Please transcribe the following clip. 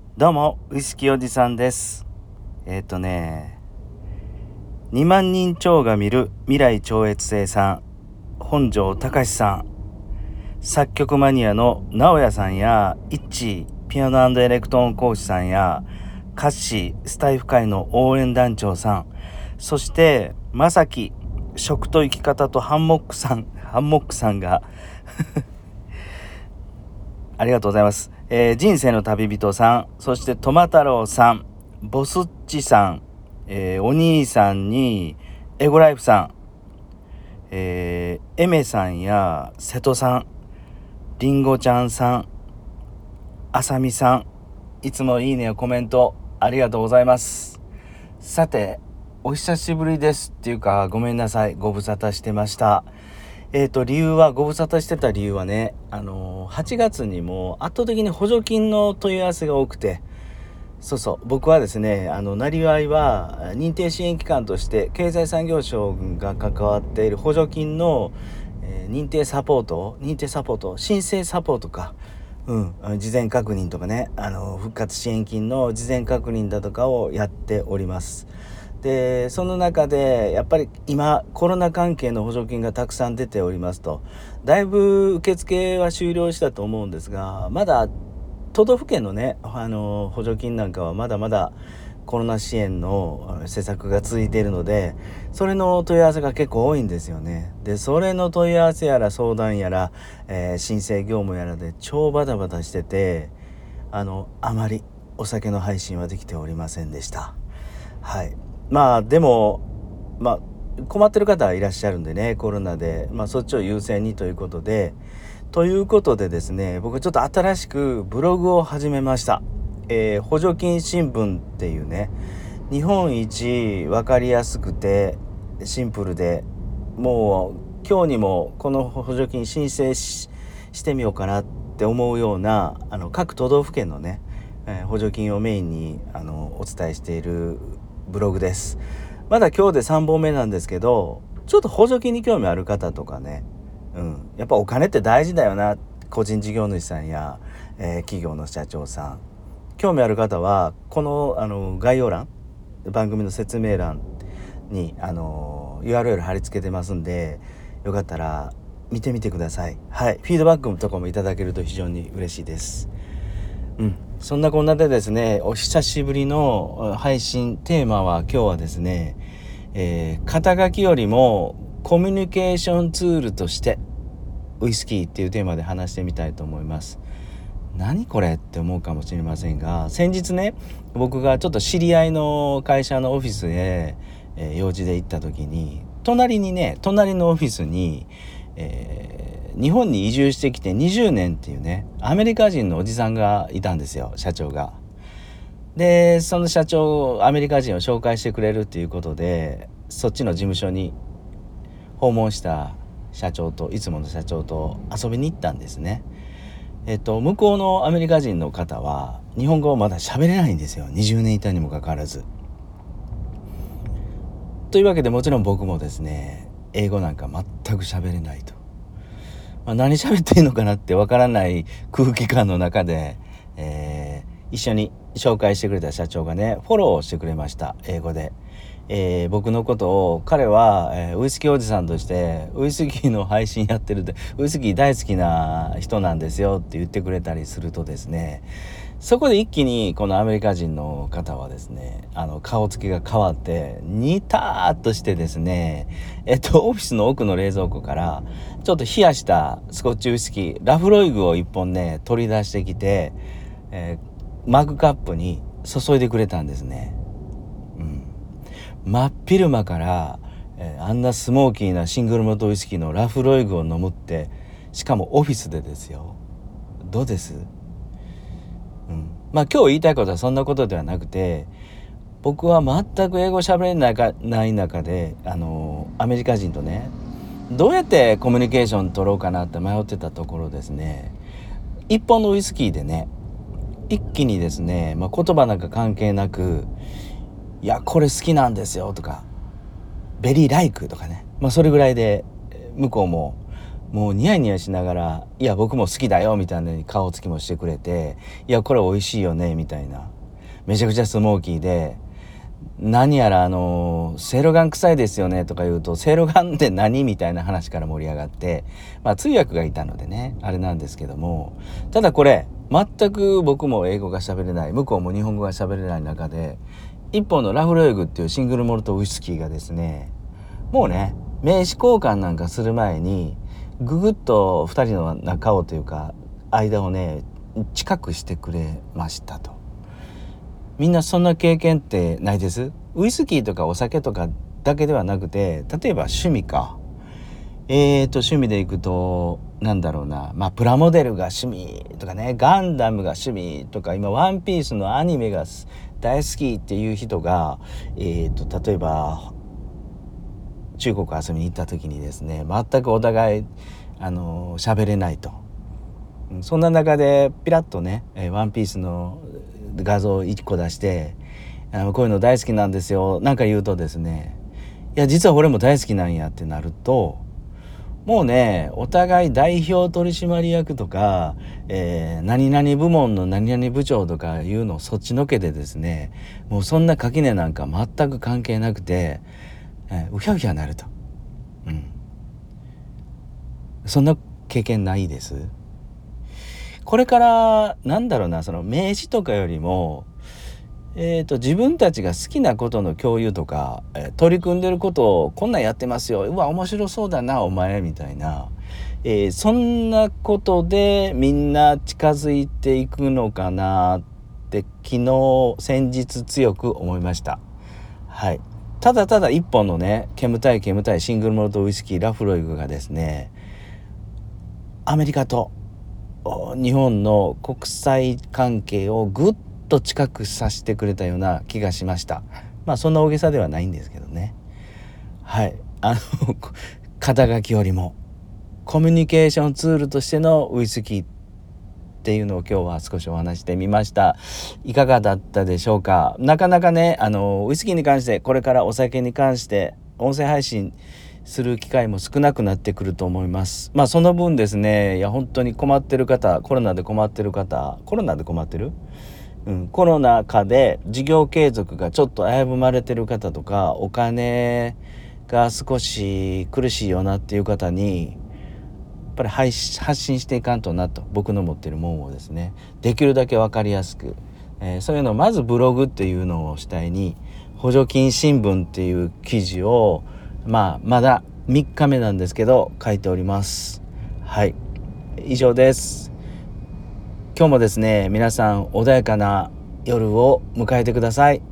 どうもウイスキーおじさんです。2万人超が見る未来超越性さん、本庄隆さん、作曲マニアの直哉さんやイッチーピアノ&エレクトーン講師さんやカッシースタイフ会の応援団長さん、そしてまさき食と生き方とハンモックさんがありがとうございます。人生の旅人さん、そしてトマ太郎さん、ボスッチさん、お兄さんにエゴライフさん、エメさんや瀬戸さん、リンゴちゃんさん、あさみさん、いつもいいねやコメントありがとうございます。さて、お久しぶりですっていうか、ごめんなさい、ご無沙汰してました。ご無沙汰してた理由はね、8月にも圧倒的に補助金の問い合わせが多くて、僕はですね、なりわいは認定支援機関として経済産業省が関わっている補助金の、認定サポート、申請サポートか、事前確認とかね、復活支援金の事前確認だとかをやっております。でその中でやっぱり今コロナ関係の補助金がたくさん出ておりますと、だいぶ受付は終了したと思うんですが、まだ都道府県のね補助金なんかはまだまだコロナ支援の施策が続いているので、それの問い合わせが結構多いんですよね。でそれの問い合わせやら相談やら、申請業務やらで超バタバタしてて、あまりお酒の配信はできておりませんでした。でも困ってる方はいらっしゃるんでね、コロナで、そっちを優先にということでですね、僕ちょっと新しくブログを始めました。補助金新聞っていうね、日本一分かりやすくてシンプルで、もう今日にもこの補助金申請してみようかなって思うような各都道府県のね、補助金をメインにお伝えしているブログです。まだ今日で3本目なんですけど、ちょっと補助金に興味ある方とかね、やっぱお金って大事だよな、個人事業主さんや、企業の社長さん、興味ある方はこの概要欄、番組の説明欄にURL 貼り付けてますんで、よかったら見てみてください。フィードバックとかもいただけると非常に嬉しいです。そんなこんなでですね、お久しぶりの配信テーマは今日はですね、肩書きよりもコミュニケーションツールとしてウイスキーっていうテーマで話してみたいと思います。何これって思うかもしれませんが、先日ね、僕がちょっと知り合いの会社のオフィスへ、用事で行った時に、隣のオフィスに、日本に移住してきて20年っていうね、アメリカ人のおじさんがいたんですよ、社長が。でその社長、アメリカ人を紹介してくれるっていうことで、そっちの事務所に訪問したいつもの社長と遊びに行ったんですね。向こうのアメリカ人の方は日本語をまだ喋れないんですよ、20年いたにもかかわらず。というわけで、もちろん僕もですね、英語なんか全く喋れないと、何喋っていいのかなってわからない空気感の中で、一緒に紹介してくれた社長がね、フォローをしてくれました、英語で。僕のことを、彼は、ウイスキーおじさんとしてウイスキーの配信やってるで、ウイスキー大好きな人なんですよって言ってくれたりするとですね、そこで一気にこのアメリカ人の方はですね、顔つきが変わってニターっとしてですね、オフィスの奥の冷蔵庫からちょっと冷やしたスコッチウイスキーラフロイグを1本ね取り出してきて、マグカップに注いでくれたんですね。真っ昼間から、あんなスモーキーなシングルモルトウイスキーのラフロイグを飲むって、しかもオフィスでですよ。どうです？今日言いたいことはそんなことではなくて、僕は全く英語喋れない中で、アメリカ人とね、どうやってコミュニケーション取ろうかなって迷ってたところですね、一本のウイスキーでね、一気にですね、言葉なんか関係なく、いやこれ好きなんですよとか、ベリーライクとかね、それぐらいで向こうももうニヤニヤしながら、いや僕も好きだよみたいな顔つきもしてくれて、いやこれ美味しいよねみたいな、めちゃくちゃスモーキーで、何やらセイロガン臭いですよねとか言うと、セイロガンって何みたいな話から盛り上がって、通訳がいたのでねあれなんですけども、ただこれ全く僕も英語が喋れない、向こうも日本語が喋れない中で、一本のラフロイグっていうシングルモルトウイスキーがですね、もうね名刺交換なんかする前にぐぐっと2人の仲をというか間をね近くしてくれましたと。みんなそんな経験ってないです？ウイスキーとかお酒とかだけではなくて、例えば趣味か。趣味でいくとなんだろうな、プラモデルが趣味とかね、ガンダムが趣味とか、今ワンピースのアニメが大好きっていう人が、例えば中国遊びに行った時にですね、全くお互い喋れないと。そんな中でピラッとね、ワンピースの画像1個出して、こういうの大好きなんですよなんか言うとですね、いや実は俺も大好きなんやってなると、もうねお互い代表取締役とか、何々部門の何々部長とかいうのをそっちのけでですね、もうそんな垣根なんか全く関係なくて、うひゃうひゃなると、そんな経験ないです。これからなんだろうな、その名刺とかよりも、自分たちが好きなことの共有とか、取り組んでることをこんなんやってますよ、うわ面白そうだなお前みたいな、そんなことでみんな近づいていくのかなって先日強く思いました。はい。ただただ一本のね煙たいシングルモルトウイスキーラフロイグがですね、アメリカと日本の国際関係をぐっと近くさせてくれたような気がしました。そんな大げさではないんですけどね。はい。肩書きよりもコミュニケーションツールとしてのウイスキーっていうのを今日は少しお話してみました。いかがだったでしょうか。なかなかねウイスキーに関して、これからお酒に関して音声配信する機会も少なくなってくると思います。その分ですね、いや本当に困ってる方、コロナで困ってる、コロナ禍で事業継続がちょっと危ぶまれてる方とか、お金が少し苦しいよなっていう方にやっぱり発信していかんとなと、僕の持ってるもんをですねできるだけ分かりやすく、そういうのをまずブログっていうのを主体に、補助金新聞っていう記事をまだ3日目なんですけど書いております。はい、以上です。今日もですね皆さん穏やかな夜を迎えてください。